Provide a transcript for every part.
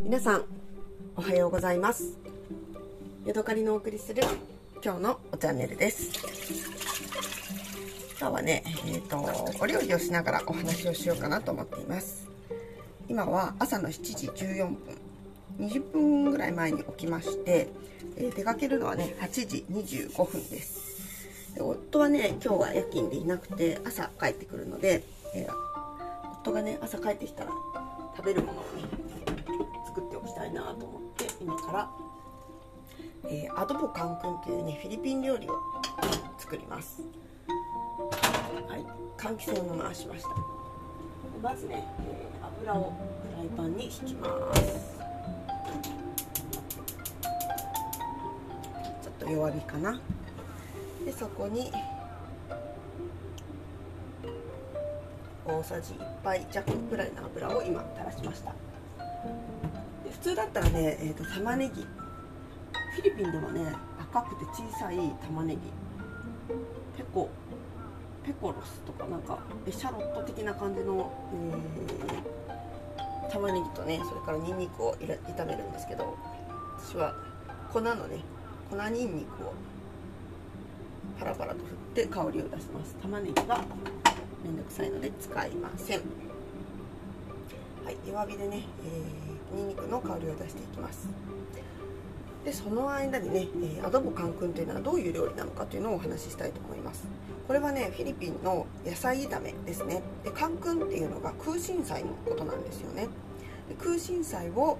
皆さんおはようございます。ヤドカリのお送りする今日のチャンネルです。今日はね、お料理をしながらお話をしようかなと思っています。今は朝の7時14分20分ぐらい前に起きまして、出かけるのはね8時25分です。で夫はね今日は夜勤でいなくて朝帰ってくるので、夫がね朝帰ってきたら食べるものをね作っておきたいなと思って今から、アドボカンクンというねフィリピン料理を作ります。はい、換気扇を回しました。まずね、油をフライパンに引きます。ちょっと弱火かな。でそこに大さじ1杯弱ぐらいの油を今垂らしました。で普通だったらね、玉ねぎ、フィリピンではね赤くて小さい玉ねぎ、ペコロスとかなんかエシャロット的な感じの、玉ねぎとねそれからニンニクを炒めるんですけど、私は粉ニンニクをパラパラと振って香りを出します。玉ねぎはめんどくさいので使いません。はい、弱火でね、ニンニクの香りを出していきます。でその間にね、アドボカンクンというのはどういう料理なのかというのをお話ししたいと思います。これはねフィリピンの野菜炒めですね。でカンクンっていうのが空心菜のことなんですよね。で空心菜を、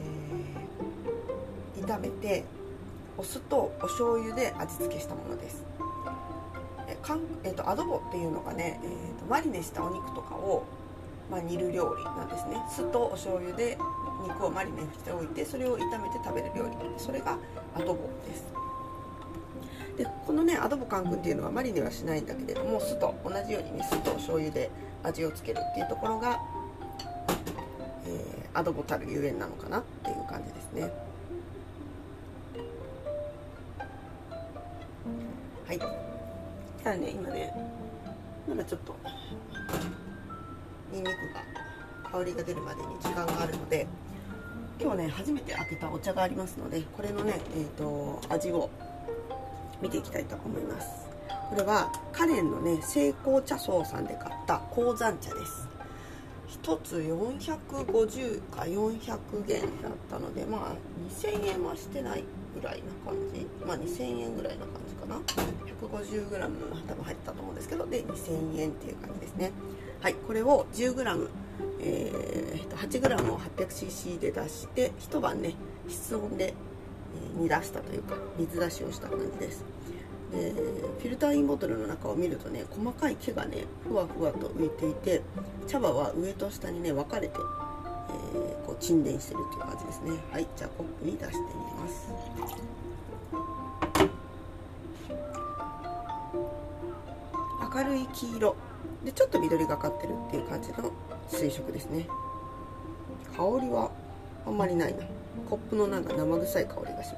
炒めてお酢とお醤油で味付けしたものです。アドボっていうのがね、マリネしたお肉とかを、煮る料理なんですね。酢とお醤油で肉をマリネしておいてそれを炒めて食べる料理、それがアドボです。でこのねアドボカンクンっていうのはマリネはしないんだけれども酢と同じようにね酢とお醤油で味をつけるっていうところが、アドボたるゆえんなのかなっていう感じですね。はい、じゃあね今ねまだちょっとニンニクが香りが出るまでに時間があるので、今日ね初めて開けたお茶がありますのでこれのね、味を見ていきたいと思います。これはカレンのね成功茶荘さんで買った鉱山茶です。1つ450か400元だったので2000円はしてないぐらいな感じ、2000円ぐらいな感じかな。 150g 多分入ったと思うんですけど、で2000円っていう感じですね。はい、これを 10g、8g を 800cc で出して一晩ね室温で煮出したというか水出しをした感じです。でフィルターインボトルの中を見るとね細かい毛がねふわふわと浮いていて、茶葉は上と下にね分かれて、こう沈殿してるっていう感じですね。はい、じゃあコップに出してみます。明るい黄色でちょっと緑がかってるっていう感じの水色ですね。香りはあんまりないな。コップのなんか生臭い香りがします。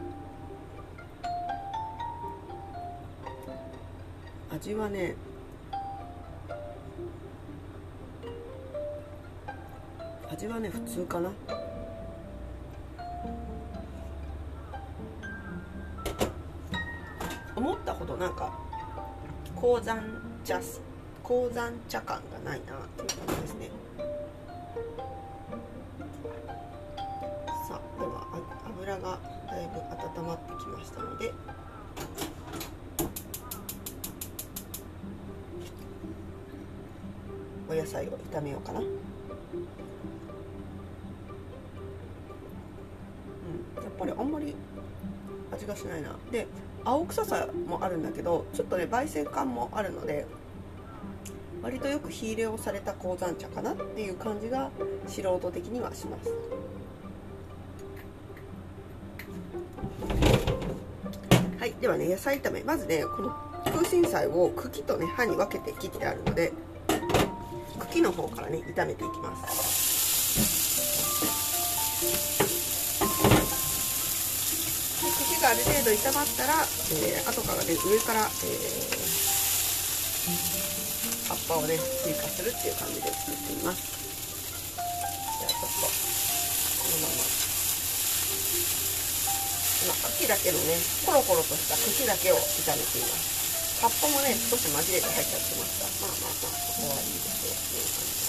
味はね普通かな。思ったほどなんか鉱山茶感がないなっていう感じですね。さあでは油がだいぶ温まってきましたのでお野菜を炒めようかな。やっぱりあんまり味がしないな。で青臭さもあるんだけどちょっとね焙煎感もあるので割とよく火入れをされた鉱山茶かなっていう感じが素人的にはします。はい、ではね野菜炒め、まずねこの空心菜を茎とね葉に分けて切ってあるので茎の方からね炒めていきます。茎がある程度炒まったら、後からね上から、葉っぱをね追加するっていう感じで作っています。じゃあちょっとのまま茎だけのね、コロコロとした茎だけを炒めています。葉っぱもね、少し紛れて入っちゃってました。まあまあまあ、そこはいいでしょうっていう感じ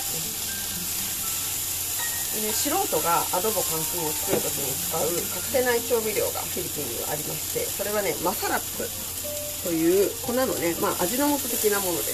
ですね。でね、素人がアドボカンクンを作るときに使う隠せない調味料がフィリピンにはありまして、それはね、マサラップという粉のね、まあ味の素的なものです。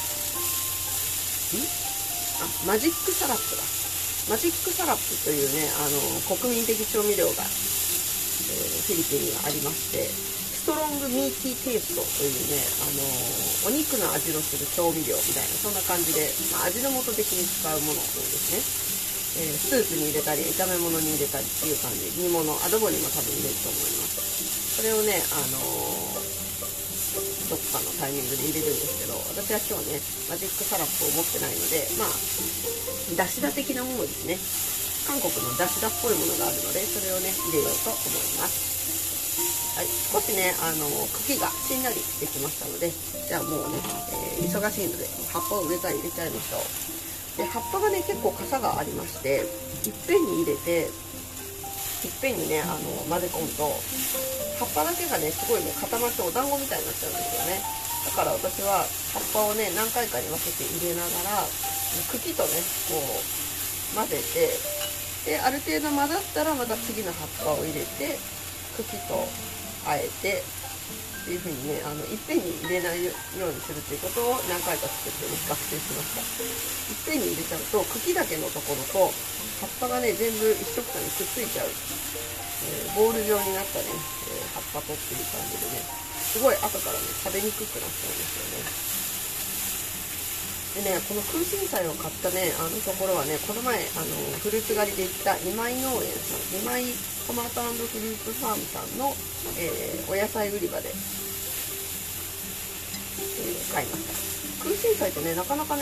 マジックサラップだ。マジックサラップというね、国民的調味料が、フィリピンにはありまして、ストロングミーティーテイストというね、お肉の味のする調味料みたいな、そんな感じで、まあ、味の素的に使うものなんですね。スープに入れたり、炒め物に入れたりっていう感じ、煮物、アドボにも多分入れると思います。それをね、どっかのタイミングで入れるんですけど、私は今日ね、マジックサラップを持ってないので、まあ、だしだ的なものですね。韓国のだしだっぽいものがあるので、それをね、入れようと思います。はい、少しね、茎がしんなりしてきましたので、じゃあもうね、忙しいので、葉っぱを上から入れちゃいましょう。で、葉っぱがね、結構傘がありまして、いっぺんに入れて、いっぺんにね、混ぜ込むと、葉っぱだけがね、すごいね、固まってお団子みたいになっちゃうんですよね。だから私は葉っぱをね、何回かに分けて入れながら、茎とね、こう、混ぜて、で、ある程度混ざったらまた次の葉っぱを入れて、茎とあえて、っていう風にね、いっぺんに入れないようにするっていうことを何回か作ってね、学習しました。いっぺんに入れちゃうと、茎だけのところと、葉っぱがね、全部一緒くたにくっついちゃう。ボール状になったね、葉っぱとっていう感じでね、すごい後からね、食べにくくなっちゃうんですよね。でね、この空心菜を買ったね、ところはね、この前、フルーツ狩りで行った今井農園さん、今井トマト&フルーツファームさんの、お野菜売り場で、買いました。空心菜ってね、なかなかね、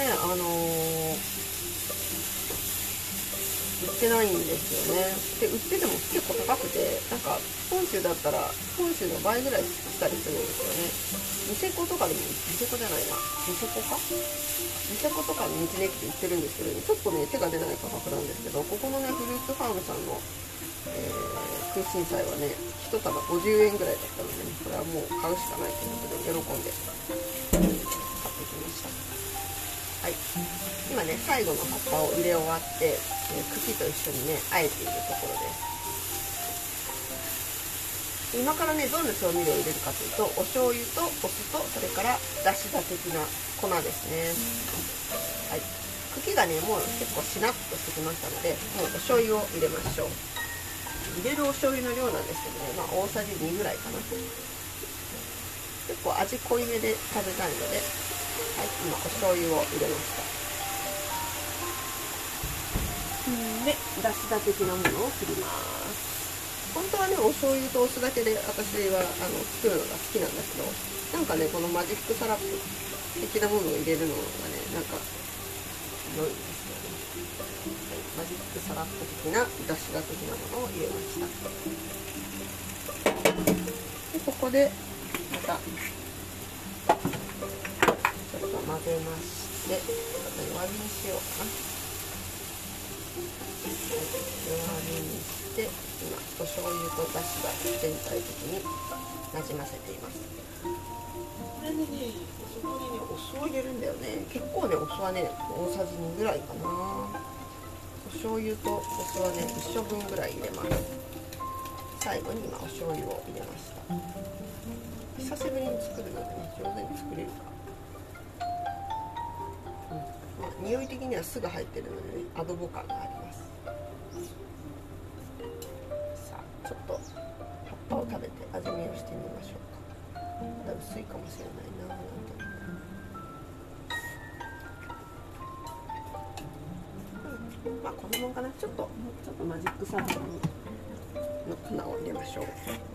売ってないんですよね。で、売ってても結構高くて、なんか、本州だったら、本州の倍ぐらいしたりするんですよね。ニセコとかでも、ニセコじゃないな。ニセコかニセコとかの道の駅で売ってるんですけど、ちょっとね、手が出ない価格なんですけど、ここのね、フルーツファームさんの、空心菜はね、1束50円ぐらいだったので、ね、これはもう買うしかないということで、喜んで買ってきました。はい、今ね、最後の葉っぱを入れ終わって、茎と一緒にね、あえているところです。今からね、どんな調味料を入れるかというと、お醤油とお酢と、それからだしだ的な粉ですね。はい、茎がね、もう結構しなっとしてきましたので、もうお醤油を入れましょう。入れるお醤油の量なんですけどね、まあ大さじ2ぐらいかな。結構味濃いめで食べたいので、はい、今お醤油を入れました。で、だしだ的なものを切ります。本当はね、お醤油とお酢だけで私は作るのが好きなんだけど、なんかね、このマジックサラップ的なものを入れるのがね、なんか良いですよね。はい、マジックサラップ的なだしだ的なものを入れました。で、ここでまたちょっと混ぜまして、ちょっと弱火にしようかな。はい、弱火にして今お醤油とだしが全体的になじませています。これでね、そこにね、お酢を入れるんだよね。結構ね、お酢はね、大さじ2ぐらいかな。お醤油とお酢はね、1升分ぐらい入れます。最後に今お醤油を入れました。久しぶりに作るのでね、上手に作れるか。まあ、匂い的には酢が入ってるのでね、アドボ感があります。さあ、ちょっと葉っぱを食べて味見をしてみましょうか。まだ薄いかもしれないな。まあこんなもんかな。ちょっとマジックサラダの粉を入れましょう。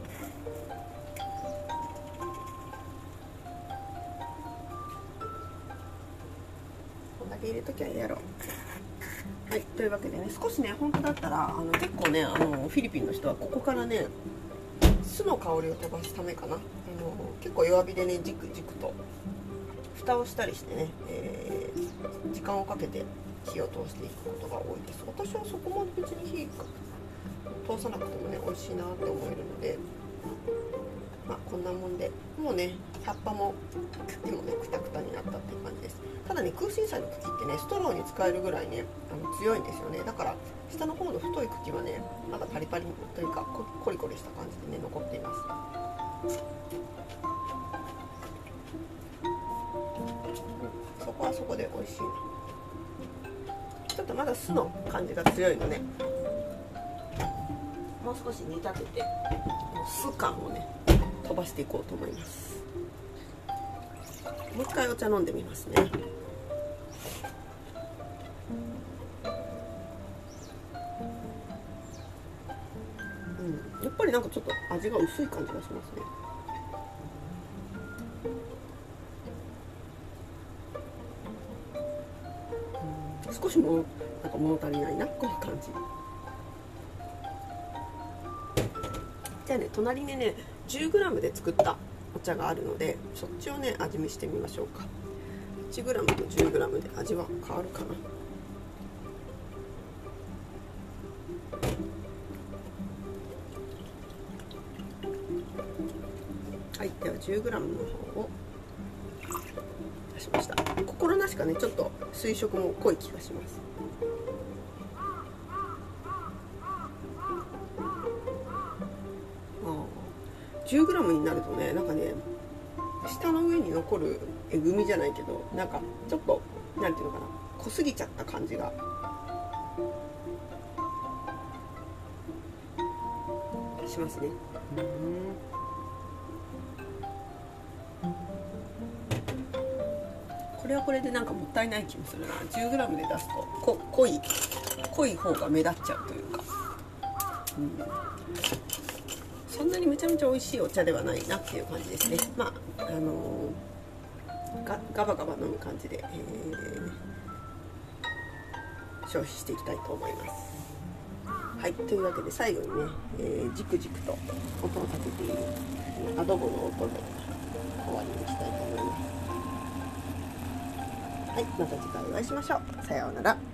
入れときゃいいやろ。はい、というわけでね、少しね、本当だったら結構ね、フィリピンの人はここからね、酢の香りを飛ばすためかな、結構弱火でね、じくじくと蓋をしたりしてね、時間をかけて火を通していくことが多いです。私はそこまで別に火通さなくてもね美味しいなって思えるので、まあこんなもんで、もうね葉っぱも茎もねクタクタになったっていう感じです。ただね空心菜の茎ってねストローに使えるぐらいね強いんですよね。だから下の方の太い茎はねまだパリパリというかコリコリした感じでね残っています。そこはそこで美味しいな。ちょっとまだ酢の感じが強いので、もう少し煮立てて酢感をね飛ばしていこうと思います。もう一回お茶飲んでみますね。やっぱりなんかちょっと味が薄い感じがしますね。少しもなんか物足りないなこの感じ。じゃあね隣にね 10g で作ったお茶があるので、そっちをね味見してみましょうか。 1g と 10g で味は変わるかな。はい、では 10g の方を出しました。心なしかねちょっと水色も濃い気がします。10g になるとねなんかね舌の上に残るえぐみじゃないけど、なんかちょっとなんていうのかな、濃すぎちゃった感じがしますね。これはこれでなんかもったいない気もするな。 10g で出すと濃い方が目立っちゃうというか、そんなにめちゃめちゃ美味しいお茶ではないなっていう感じですね。まあガバガバ飲む感じで、消費していきたいと思います。はい、というわけで最後にね、じくじくと音を立てているアドボの音で終わりにしたいと思います。はい、また次回お会いしましょう。さようなら。